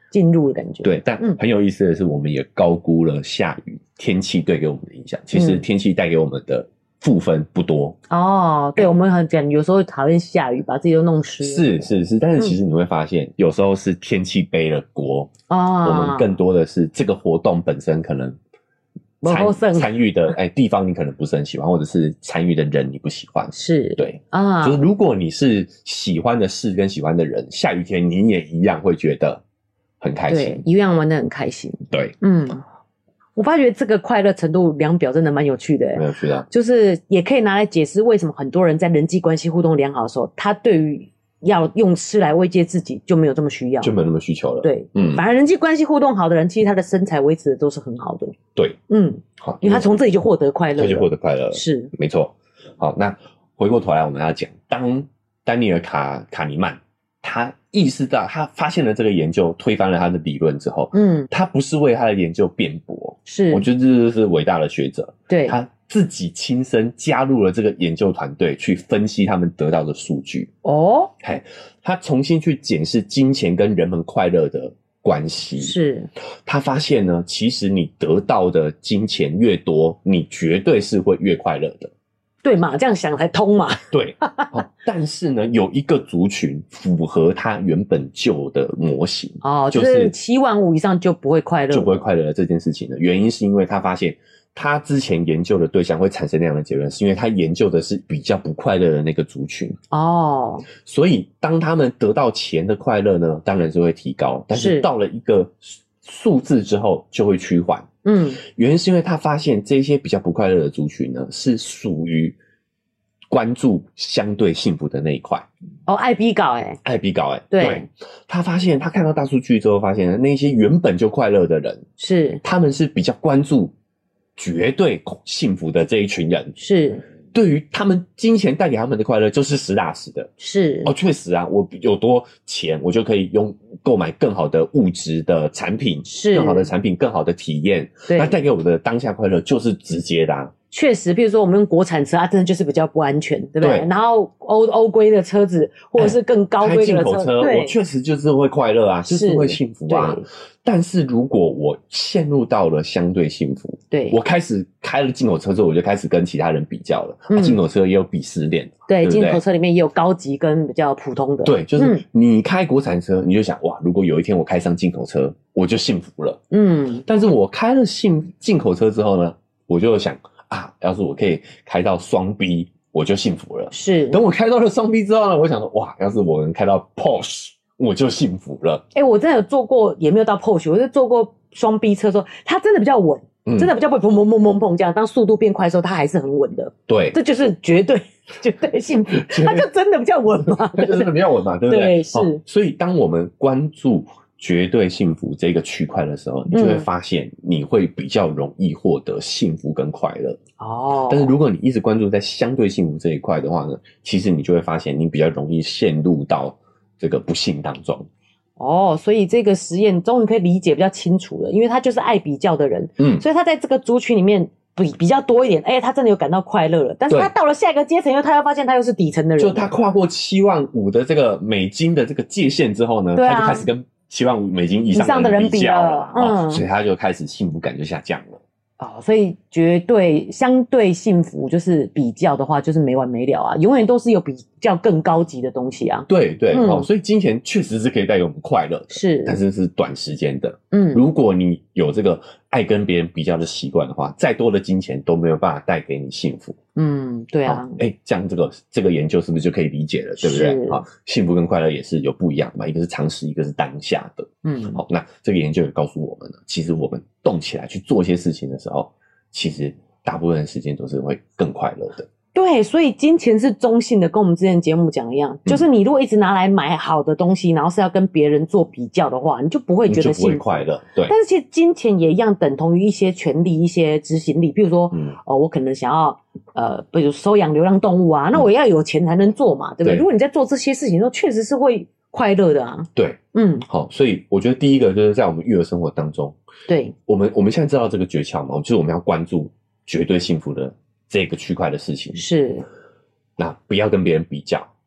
进入的感觉。 对，但很有意思的是，我们也高估了下雨天气对给我们的影响。其实天气带给我们的负分不多哦。对，我们很讲，有时候讨厌下雨，把自己都弄湿。 是，但是其实你会发现，有时候是天气背了锅哦。我们更多的是这个活动本身可能参与的地方你可能不是很喜欢，或者是参与的人你不喜欢。是，对啊，就是如果你是喜欢的事跟喜欢的人，下雨天你也一样会觉得很开心， 对，一样玩得很开心。 对， 我发觉这个快乐程度量表真的蛮有趣的， 蛮有趣的， 就是也可以拿来解释为什么很多人在人际关系互动良好的时候，他对于要用吃来慰藉自己就没有这么需要， 就没有那么需求了。 对，反而人际关系互动好的人，其实他的身材维持的都是很好的。 对， 好，因为他从这里就获得快乐了， 就获得快乐了， 是没错。好，那回过头来我们要讲，当丹尼尔卡尼曼他意识到，他发现了这个研究推翻了他的理论之后，他不是为他的研究辩驳，是我觉得这就是伟大的学者，对，他自己亲身加入了这个研究团队去分析他们得到的数据哦，他重新去检视金钱跟人们快乐的关系，是他发现呢，其实你得到的金钱越多，你绝对是会越快乐的。 对嘛，这样想才通嘛。 对，但是呢，有一个族群符合他原本就的模型就是7万5以上就不会快乐， 就不会快乐的这件事情呢，原因是因为他发现他之前研究的对象会产生那样的结论，是因为他研究的是比较不快乐的那个族群所以当他们得到钱的快乐呢，当然是会提高，但是到了一个数字之后就会趋缓。原因是因为他发现这些比较不快乐的族群呢，是属于关注相对幸福的那一块。 爱比稿爱比稿对，他发现他看到大数据之后，发现那些原本就快乐的人，是他们是比较关注绝对幸福的这一群人，是对于他们金钱带给他们的快乐就是实打实的，是确实啊，我有多钱我就可以购买更好的物质的产品，是更好的产品，更好的体验，那带给我的当下快乐就是直接的确实，譬如说我们用国产车真的就是比较不安全，对不对？然后欧规的车子或者是更高规的开进口车，我确实就是会快乐啊，就是会幸福啊。但是如果我陷入到了相对幸福，对，我开始开了进口车之后，我就开始跟其他人比较了。进口车也有鄙视链，对， 进口车里面也有高级跟比较普通的。 对，就是你开国产车，你就想哇，如果有一天我开上进口车，我就幸福了。但是我开了进口车之后呢，我就想要是我可以开到双 B， 我就幸福了。是，等我开到了双 B 之后呢，我想说哇，要是我能开到 Porsche， 我就幸福了。 我真的有坐过，也没有到 Porsche， 我就坐过双 B 车的时候，它真的比较稳，真的比较不会砰砰砰砰砰这样。当速度变快的时候，它还是很稳的。对，这就是绝对幸福，它就真的比较稳嘛， 它就真的比较稳嘛，对不对？ 对，是。 所以当我们关注绝对幸福这个区块的时候，你就会发现你会比较容易获得幸福跟快乐但是如果你一直关注在相对幸福这一块的话呢，其实你就会发现你比较容易陷入到这个不幸当中。 所以这个实验终于可以理解比较清楚了，因为他就是爱比较的人，所以他在这个族群里面比较多一点，他真的有感到快乐了。但是他到了下一个阶层，他又发现他又是底层的人， 就他跨过7万5的这个美金的这个界限之后呢，他就开始跟7万5美金以上的人比较了，所以他就开始幸福感就下降了。 所以相对幸福就是比较的话就是没完没了啊，永远都是有比较更高级的东西啊。 对对，所以金钱确实是可以带给我们快乐的，是，但是是短时间的。如果你有这个爱跟别人比较的习惯的话，再多的金钱都没有办法带给你幸福。对啊。这样这个研究是不是就可以理解了，对不对？幸福跟快乐也是有不一样的嘛，一个是长时，一个是当下的。好，那这个研究也告诉我们呢，其实我们动起来去做一些事情的时候，其实大部分的时间都是会更快乐的。 对，所以金钱是中性的，跟我们之前节目讲的一样，就是你如果一直拿来买好的东西，然后是要跟别人做比较的话，你就不会觉得幸福， 你就不会快乐。对， 但是其实金钱也一样等同于一些权利、一些执行力，比如说，我可能想要比如收养流浪动物啊，那我要有钱才能做嘛，对不对？如果你在做这些事情的时候，确实是会快乐的啊。 对，好，所以我觉得第一个就是在我们育儿生活当中，对，我们现在知道这个诀窍嘛，就是我们要关注绝对幸福的这个区块的事情，是，那不要跟别人比较，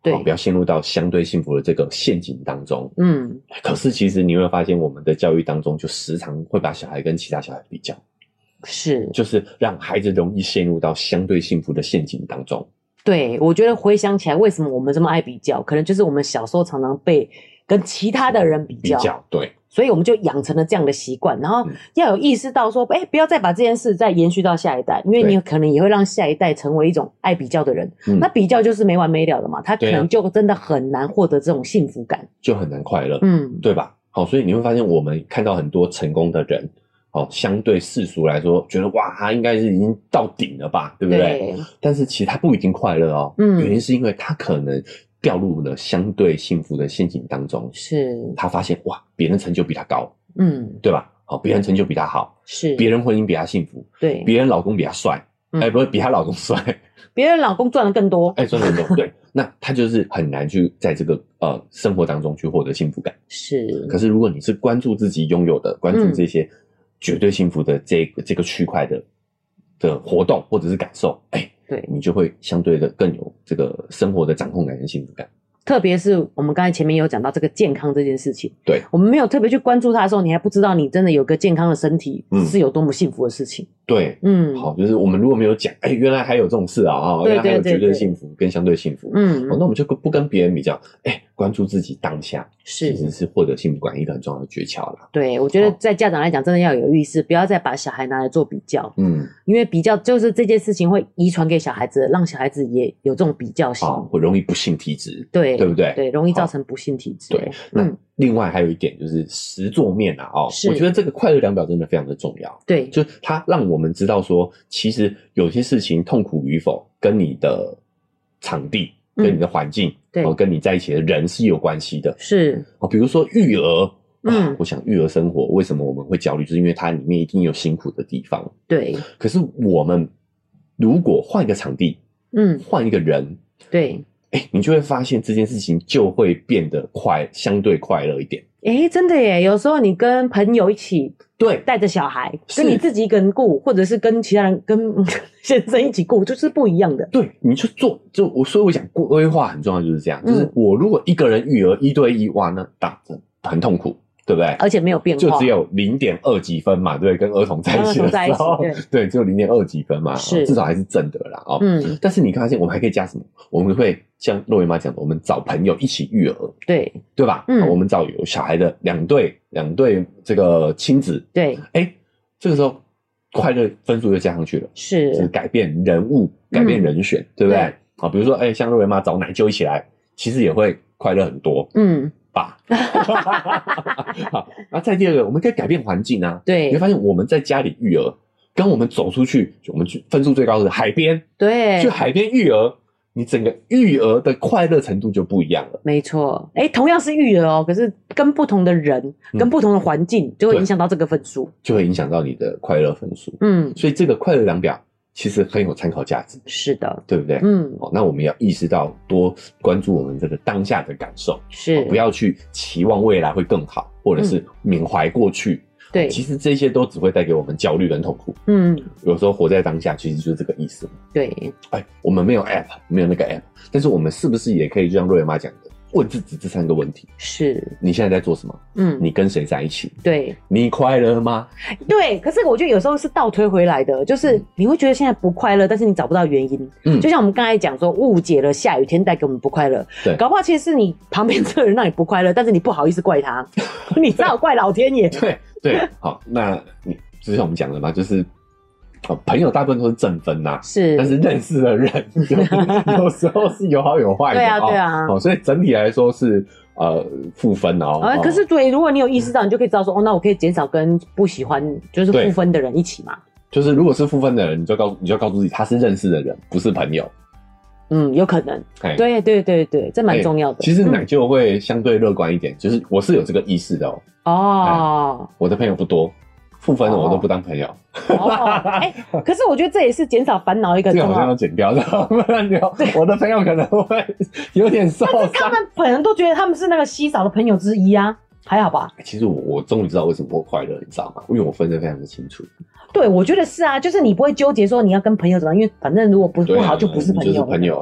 对， 不要陷入到相对幸福的这个陷阱当中。可是其实你会发现，我们的教育当中就时常会把小孩跟其他小孩比较， 是， 就是让孩子容易陷入到相对幸福的陷阱当中。 对，我觉得回想起来，为什么我们这么爱比较，可能就是我们小时候常常被跟其他的人比较， 对。 所以我们就养成了这样的习惯，然后要有意识到说，不要再把这件事再延续到下一代，因为你可能也会让下一代成为一种爱比较的人。那比较就是没完没了的嘛，他可能就真的很难获得这种幸福感， 就很难快乐，对吧？好，所以你会发现我们看到很多成功的人，相对世俗来说，觉得哇，他应该是已经到顶了吧，对不对？但是其实他不一定快乐哦，原因是因为他可能掉入了相对幸福的陷阱当中，是他发现哇，别人成就比他高，对吧？好，别人成就比他好，是别人婚姻比他幸福，对，别人老公比他帅，不是比他老公帅， 别人老公赚的更多， 赚的更多，对，那他就是很难去在这个生活当中去获得幸福感，是。可是如果你是关注自己拥有的，关注这些绝对幸福的这个区块的活动或者是感受，对，你就会相对的更有这个生活的掌控感跟幸福感。 特别是我们刚才前面有讲到这个健康这件事情， 对， 我们没有特别去关注它的时候，你还不知道你真的有个健康的身体是有多么幸福的事情。 对，好，就是我们如果没有讲，原来还有这种事啊，原来还有绝对幸福跟相对幸福，那我们就不跟别人比较，关注自己当下，其实是获得幸福感一个很重要的诀窍啦。 对，我觉得在家长来讲，真的要有意识，不要再把小孩拿来做比较，因为比较就是这件事情会遗传给小孩子，让小孩子也有这种比较心， 会容易不幸体质， 对不对？ 对，容易造成不幸体质。 对，那另外还有一点就是实作面啊，我觉得这个快乐量表真的非常的重要。对，就是它让我们知道说，其实有些事情痛苦与否跟你的场地、跟你的环境，跟你在一起的人是有关系的。是，比如说育儿。我想育儿生活为什么我们会焦虑，就是因为它里面一定有辛苦的地方。对，可是我们如果换一个场地，换一个人，对，你就会发现这件事情就会变得相对快乐一点。 真的耶，有时候你跟朋友一起，对，带着小孩，跟你自己一个人顾，或者是跟其他人跟先生一起顾，就是不一样的。 对，你去做，所以我讲规划很重要，就是这样。就是我如果一个人育儿1对1，哇，那很痛苦。对不对？ 而且没有变化， 就只有0.2几分嘛，对，跟儿童在一起的时候，对，只有0.2几分嘛，至少还是正的啦，但是你发现我们还可以加什么？我们会像肉圆妈讲的，我们找朋友一起育儿，对吧？我们找有小孩的两对这个亲子，对，这个时候快乐分数就加上去了，就是改变人物，改变人选，对不对？好，比如说，像肉圆妈找奶舅一起来，其实也会快乐很多，吧，好，然后再第二个，我们可以改变环境啊。对，你会发现我们在家里育儿，跟我们走出去，我们去分数最高的海边，对，去海边育儿，你整个育儿的快乐程度就不一样了。 没错，同样是育儿哦，可是跟不同的人、跟不同的环境，就会影响到这个分数， 就会影响到你的快乐分数。所以这个快乐量表其实很有参考价值， 是的， 对不对？那我们要意识到多关注我们这个当下的感受，是不要去期望未来会更好，或者是缅怀过去。对，其实这些都只会带给我们焦虑跟痛苦。有时候活在当下，其实就是这个意思。对，我们没有 app， 没有那个 app， 但是我们是不是也可以就像瑞圆妈讲的？问自己这3个问题：是你现在在做什么？你跟谁在一起？对，你快乐吗？ 对，可是我觉得有时候是倒推回来的，就是你会觉得现在不快乐，但是你找不到原因。就像我们刚才讲说，误解了下雨天带给我们不快乐，对，搞不好其实是你旁边这个人让你不快乐，但是你不好意思怪他，你只好怪老天爷。 对，好，那你就像我们讲的嘛，就是朋友大部分都是正分呐，是，但是认识的人有时候是有好有坏的，对啊，所以整体来说是负分哦。 可是对，如果你有意识到，你就可以知道说，那我可以减少跟不喜欢就是负分的人一起嘛。 就是如果是负分的人，你就告诉自己他是认识的人，不是朋友。 有可能，对，这蛮重要的。 其实奶就会相对乐观一点，就是我是有这个意识的哦。我的朋友不多。负分的我都不当朋友。 可是我觉得这也是减少烦恼一个重要。 这好像要剪掉的，不然我的朋友可能会有点受伤。 但是他们可能都觉得他们是那个稀少的朋友之一啊，还好吧？ 其实我终于知道为什么我快乐，你知道吗？因为我分得非常的清楚。 对，我觉得是啊，就是你不会纠结说你要跟朋友怎么样，因为反正如果不好就不是朋友。 就是朋友，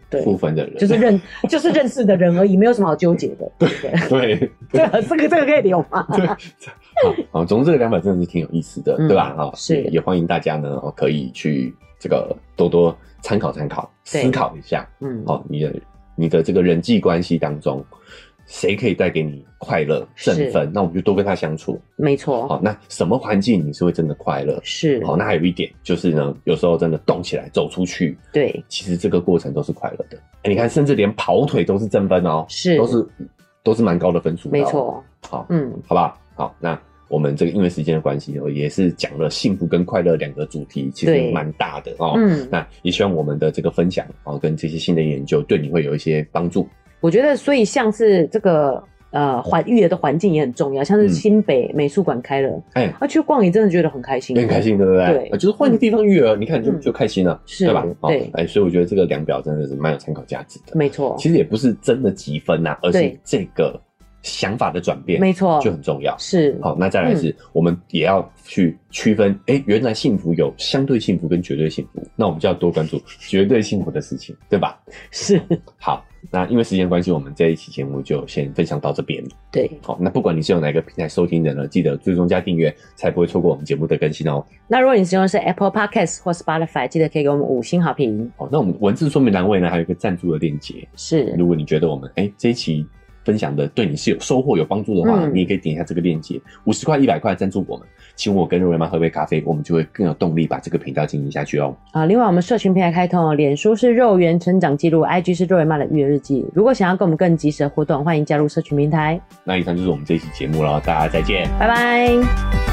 对， 负分的人， 就是认识的人而已，没有什么好纠结的。 对， 这个可以留吗？ 好，总之这个200真的是挺有意思的，对吧？哈， 是也欢迎大家呢可以去这个多多参考，思考一下。好，你的这个人际关系当中，谁可以带给你快乐、振奋？那我们就多跟他相处。没错。好，那什么环境你是会真的快乐？是。好，那还有一点就是呢，有时候真的动起来、走出去，对，其实这个过程都是快乐的。你看，甚至连跑腿都是正分哦，是，都是蛮高的分数的。没错。好，好不好？好，那我们这个因为时间的关系也是讲了幸福跟快乐2个主题，其实蛮大的哦。那也希望我们的这个分享跟这些新的研究对你会有一些帮助。我觉得，所以像是这个育儿的环境也很重要，像是新北美术馆开了，去逛也真的觉得很开心，很开心，对不对？对，就是换一个地方育儿，你看就开心了，是，对吧？对，所以我觉得这个量表真的是蛮有参考价值的。没错，其实也不是真的积分呐，而是这个想法的转变，没错，就很重要。是，好，那再来是我们也要去区分，原来幸福有相对幸福跟绝对幸福，那我们就要多关注绝对幸福的事情，对吧？是，好。那因为时间关系，我们这一期节目就先分享到这边。对，好，那不管你是用哪个平台收听的呢，记得追踪加订阅，才不会错过我们节目的更新哦。那如果你使用的是 Apple Podcast 或 Spotify， 记得可以给我们5星好评。那我们文字说明栏位呢，还有一个赞助的链接。是，如果你觉得我们这一期分享的对你是有收获、有帮助的话，你也可以点一下这个链接，50块、100块赞助我们，请我跟瑞妈喝杯咖啡，我们就会更有动力把这个频道经营下去哦。另外我们社群平台开通脸书是肉圆成长记录 ，IG 是瑞妈的育儿日记。如果想要跟我们更及时的互动，欢迎加入社群平台。那以上就是我们这一期节目了，大家再见，拜拜。